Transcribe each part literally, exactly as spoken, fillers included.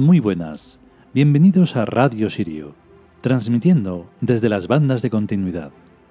Muy buenas, bienvenidos a Radio Sirio, transmitiendo desde las bandas de continuidad.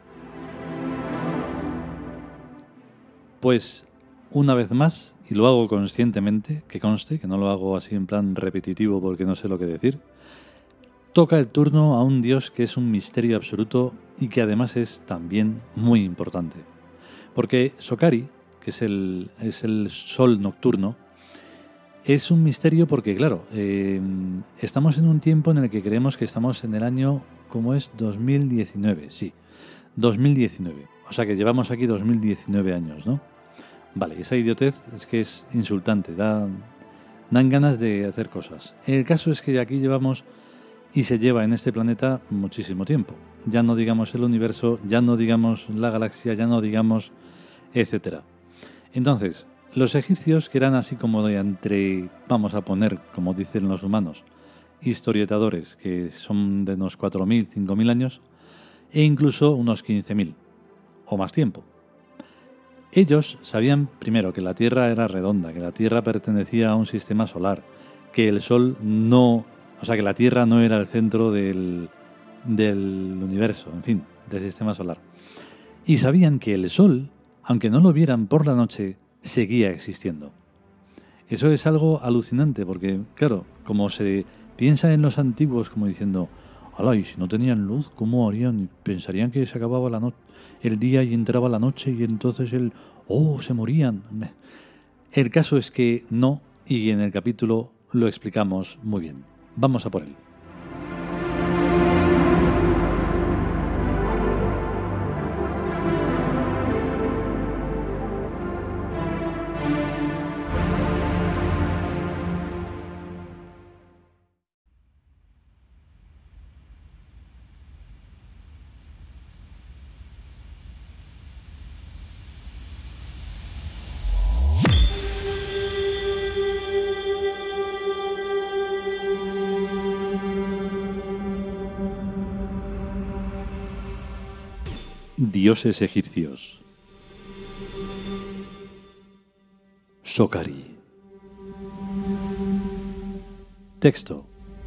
Pues, una vez más, y lo hago conscientemente, que conste, que no lo hago así en plan repetitivo porque no sé lo que decir, toca el turno a un dios que es un misterio absoluto y que además es también muy importante. Porque Sokari, que es el, es el sol nocturno, es un misterio porque, claro, eh, estamos en un tiempo en el que creemos que estamos en el año, ¿cómo es? dos mil diecinueve, sí, dos mil diecinueve. O sea que llevamos aquí dos mil diecinueve años, ¿no? Vale, esa idiotez es que es insultante, da, dan ganas de hacer cosas. El caso es que aquí llevamos y se lleva en este planeta muchísimo tiempo. Ya no digamos el universo, ya no digamos la galaxia, ya no digamos etcétera. Entonces, los egipcios, que eran así como de entre, vamos a poner, como dicen los humanos, historiadores, que son de unos cuatro mil, cinco mil años, e incluso unos quince mil, o más tiempo. Ellos sabían primero que la Tierra era redonda, que la Tierra pertenecía a un sistema solar, que el Sol no, o sea, que la Tierra no era el centro del, del universo, en fin, del sistema solar. Y sabían que el Sol, aunque no lo vieran por la noche, seguía existiendo. Eso es algo alucinante porque, claro, como se piensa en los antiguos como diciendo, alá, y si no tenían luz, ¿cómo harían? Pensarían que se acababa la no- el día y entraba la noche y entonces el, oh, se morían. El caso es que no, y en el capítulo lo explicamos muy bien. Vamos a por él. Dioses egipcios. Sokari. Texto.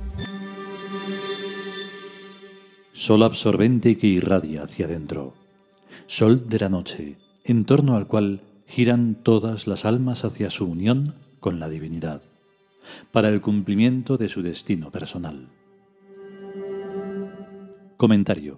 Sol absorbente que irradia hacia adentro. Sol de la noche, en torno al cual giran todas las almas hacia su unión con la divinidad, para el cumplimiento de su destino personal. Comentario.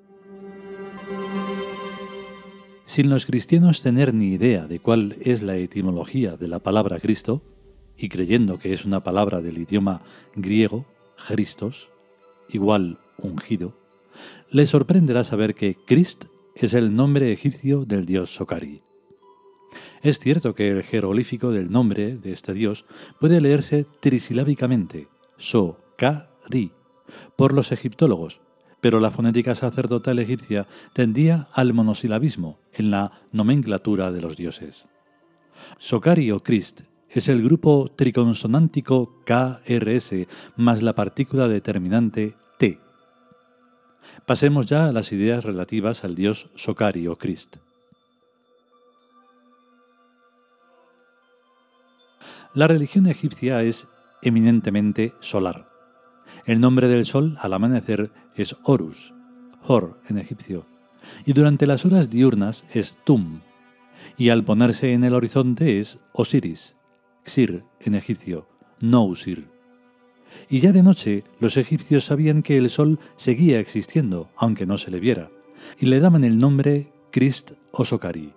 Sin los cristianos tener ni idea de cuál es la etimología de la palabra Cristo, y creyendo que es una palabra del idioma griego, Christos, igual ungido, les sorprenderá saber que Crist es el nombre egipcio del dios Sokari. Es cierto que el jeroglífico del nombre de este dios puede leerse trisilábicamente, So-Ka-Ri, por los egiptólogos, pero la fonética sacerdotal egipcia tendía al monosilabismo en la nomenclatura de los dioses. Sokari o Crist es el grupo triconsonántico K R S más la partícula determinante T. Pasemos ya a las ideas relativas al dios Sokari o Crist. La religión egipcia es eminentemente solar. El nombre del sol al amanecer es Horus, Hor en egipcio, y durante las horas diurnas es Tum, y al ponerse en el horizonte es Osiris, Xir en egipcio, Nousir. Y ya de noche los egipcios sabían que el sol seguía existiendo, aunque no se le viera, y le daban el nombre Crist o Sokari.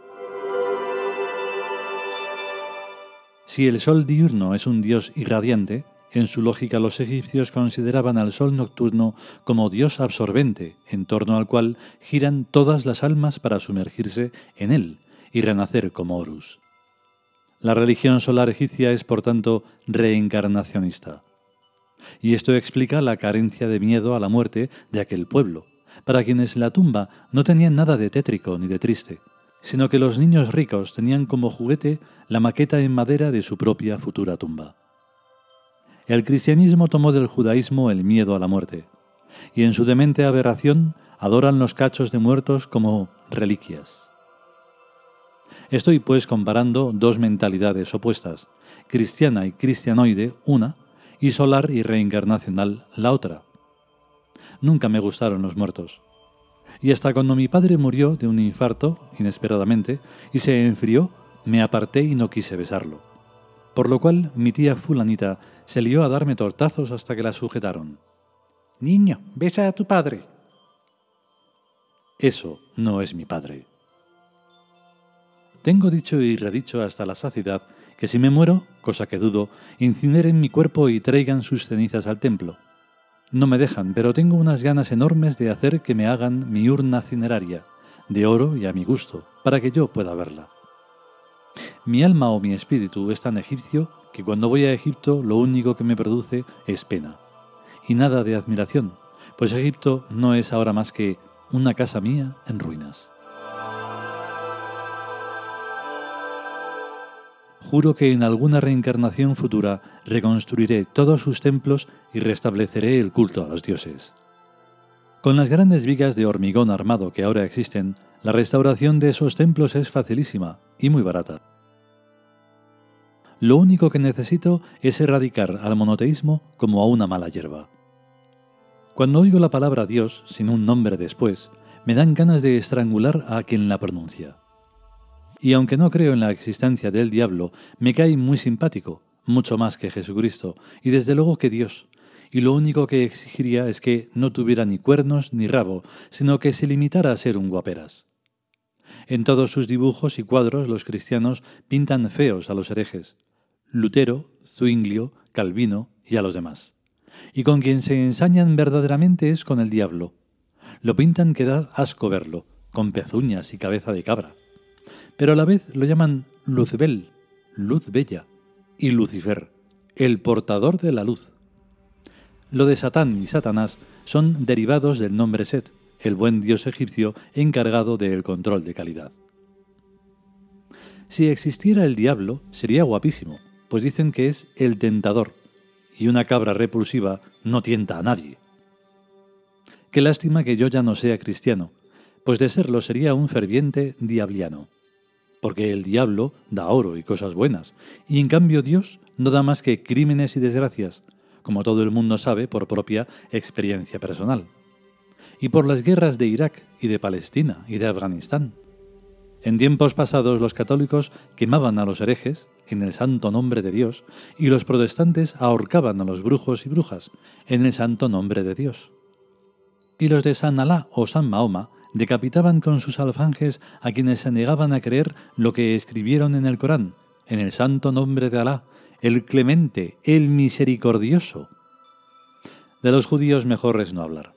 Si el sol diurno es un dios irradiante, en su lógica los egipcios consideraban al sol nocturno como dios absorbente, en torno al cual giran todas las almas para sumergirse en él y renacer como Horus. La religión solar egipcia es, por tanto, reencarnacionista. Y esto explica la carencia de miedo a la muerte de aquel pueblo, para quienes la tumba no tenían nada de tétrico ni de triste, sino que los niños ricos tenían como juguete la maqueta en madera de su propia futura tumba. El cristianismo tomó del judaísmo el miedo a la muerte, y en su demente aberración adoran los cachos de muertos como reliquias. Estoy pues comparando dos mentalidades opuestas, cristiana y cristianoide una, y solar y reencarnacional la otra. Nunca me gustaron los muertos. Y hasta cuando mi padre murió de un infarto, inesperadamente, y se enfrió, me aparté y no quise besarlo. Por lo cual mi tía fulanita se lió a darme tortazos hasta que la sujetaron. «Niño, besa a tu padre». Eso no es mi padre. Tengo dicho y redicho hasta la saciedad que si me muero, cosa que dudo, incineren mi cuerpo y traigan sus cenizas al templo. No me dejan, pero tengo unas ganas enormes de hacer que me hagan mi urna cineraria, de oro y a mi gusto, para que yo pueda verla. Mi alma o mi espíritu es tan egipcio que cuando voy a Egipto lo único que me produce es pena. Y nada de admiración, pues Egipto no es ahora más que una casa mía en ruinas. Juro que en alguna reencarnación futura reconstruiré todos sus templos y restableceré el culto a los dioses. Con las grandes vigas de hormigón armado que ahora existen, la restauración de esos templos es facilísima y muy barata. Lo único que necesito es erradicar al monoteísmo como a una mala hierba. Cuando oigo la palabra Dios sin un nombre después, me dan ganas de estrangular a quien la pronuncia. Y aunque no creo en la existencia del diablo, me cae muy simpático, mucho más que Jesucristo, y desde luego que Dios, y lo único que exigiría es que no tuviera ni cuernos ni rabo, sino que se limitara a ser un guaperas. En todos sus dibujos y cuadros los cristianos pintan feos a los herejes, Lutero, Zuinglio, Calvino y a los demás. Y con quien se ensañan verdaderamente es con el diablo. Lo pintan que da asco verlo, con pezuñas y cabeza de cabra. Pero a la vez lo llaman Luzbel, luz bella, y Lucifer, el portador de la luz. Lo de Satán y Satanás son derivados del nombre Set, el buen dios egipcio encargado del control de calidad. Si existiera el diablo, sería guapísimo, pues dicen que es el tentador, y una cabra repulsiva no tienta a nadie. Qué lástima que yo ya no sea cristiano, pues de serlo sería un ferviente diabliano. Porque el diablo da oro y cosas buenas, y en cambio Dios no da más que crímenes y desgracias, como todo el mundo sabe por propia experiencia personal. Y por las guerras de Irak y de Palestina y de Afganistán. En tiempos pasados los católicos quemaban a los herejes en el santo nombre de Dios y los protestantes ahorcaban a los brujos y brujas en el santo nombre de Dios. Y los de San Alá o San Mahoma decapitaban con sus alfanjes a quienes se negaban a creer lo que escribieron en el Corán, en el santo nombre de Alá, el clemente, el misericordioso. De los judíos mejor es no hablar.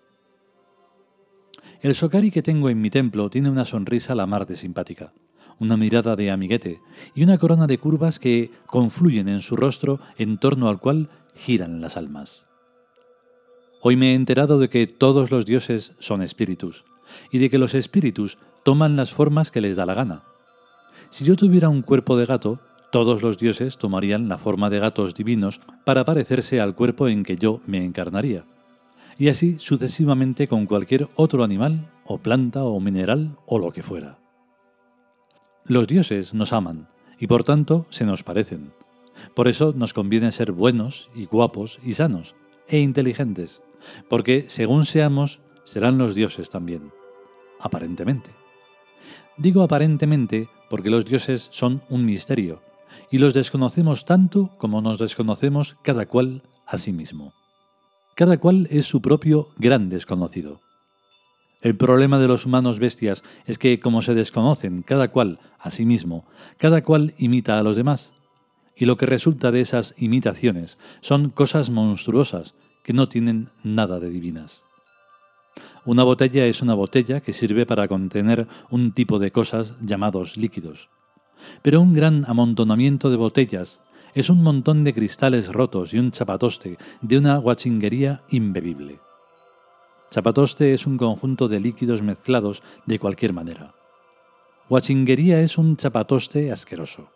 El sokari que tengo en mi templo tiene una sonrisa la mar de simpática, una mirada de amiguete y una corona de curvas que confluyen en su rostro en torno al cual giran las almas. Hoy me he enterado de que todos los dioses son espíritus, y de que los espíritus toman las formas que les da la gana. Si yo tuviera un cuerpo de gato, todos los dioses tomarían la forma de gatos divinos para parecerse al cuerpo en que yo me encarnaría. Y así sucesivamente con cualquier otro animal, o planta, o mineral, o lo que fuera. Los dioses nos aman, y por tanto se nos parecen. Por eso nos conviene ser buenos, y guapos, y sanos, e inteligentes, porque según seamos, serán los dioses también, aparentemente. Digo aparentemente porque los dioses son un misterio, y los desconocemos tanto como nos desconocemos cada cual a sí mismo. Cada cual es su propio gran desconocido. El problema de los humanos bestias es que, como se desconocen cada cual a sí mismo, cada cual imita a los demás, y lo que resulta de esas imitaciones son cosas monstruosas que no tienen nada de divinas. Una botella es una botella que sirve para contener un tipo de cosas llamados líquidos. Pero un gran amontonamiento de botellas es un montón de cristales rotos y un chapatoste de una guachinguería imbebible. Chapatoste es un conjunto de líquidos mezclados de cualquier manera. Guachinguería es un chapatoste asqueroso.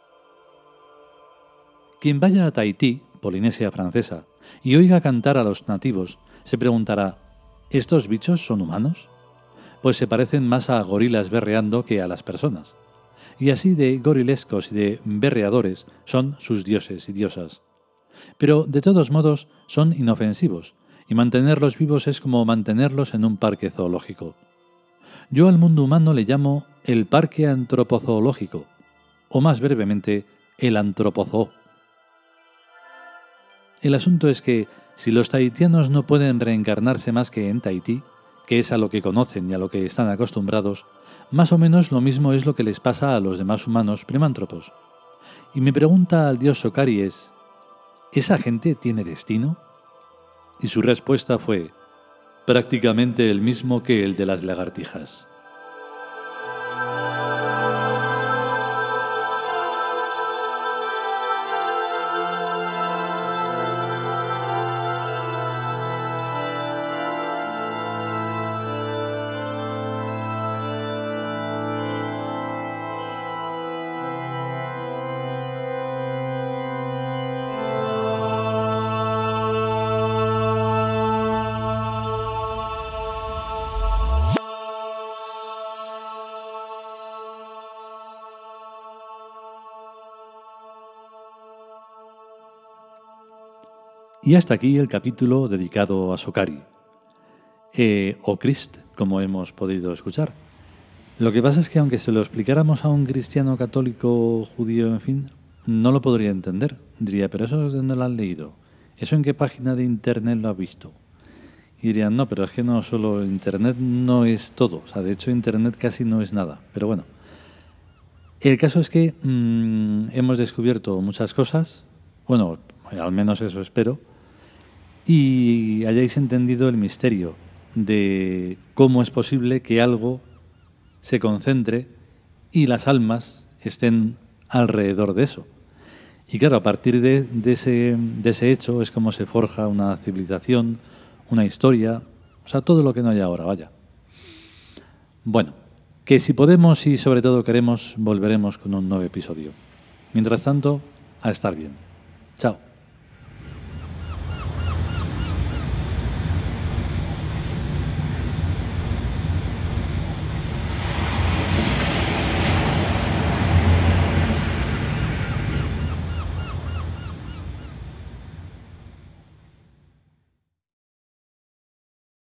Quien vaya a Tahití, Polinesia Francesa, y oiga cantar a los nativos, se preguntará: ¿estos bichos son humanos? Pues se parecen más a gorilas berreando que a las personas. Y así de gorilescos y de berreadores son sus dioses y diosas. Pero de todos modos son inofensivos, y mantenerlos vivos es como mantenerlos en un parque zoológico. Yo al mundo humano le llamo el parque antropozoológico, o más brevemente, el antropozoo. El asunto es que, si los tahitianos no pueden reencarnarse más que en Tahití, que es a lo que conocen y a lo que están acostumbrados, más o menos lo mismo es lo que les pasa a los demás humanos primántropos. Y mi pregunta al dios Sokari es, ¿esa gente tiene destino? Y su respuesta fue, prácticamente el mismo que el de las lagartijas. Y hasta aquí el capítulo dedicado a Sokari, eh, o Christ, como hemos podido escuchar. Lo que pasa es que aunque se lo explicáramos a un cristiano católico, judío, en fin, no lo podría entender. Diría, ¿pero eso es donde lo has leído? ¿Eso en qué página de internet lo has visto? Y dirían, no, pero es que no solo internet no es todo. O sea, de hecho internet casi no es nada. Pero bueno, el caso es que mmm, hemos descubierto muchas cosas. Bueno, al menos eso espero. Y hayáis entendido el misterio de cómo es posible que algo se concentre y las almas estén alrededor de eso. Y claro, a partir de, de, ese, de ese hecho es como se forja una civilización, una historia, o sea, todo lo que no hay ahora, vaya. Bueno, que si podemos y sobre todo queremos, volveremos con un nuevo episodio. Mientras tanto, a estar bien. Chao.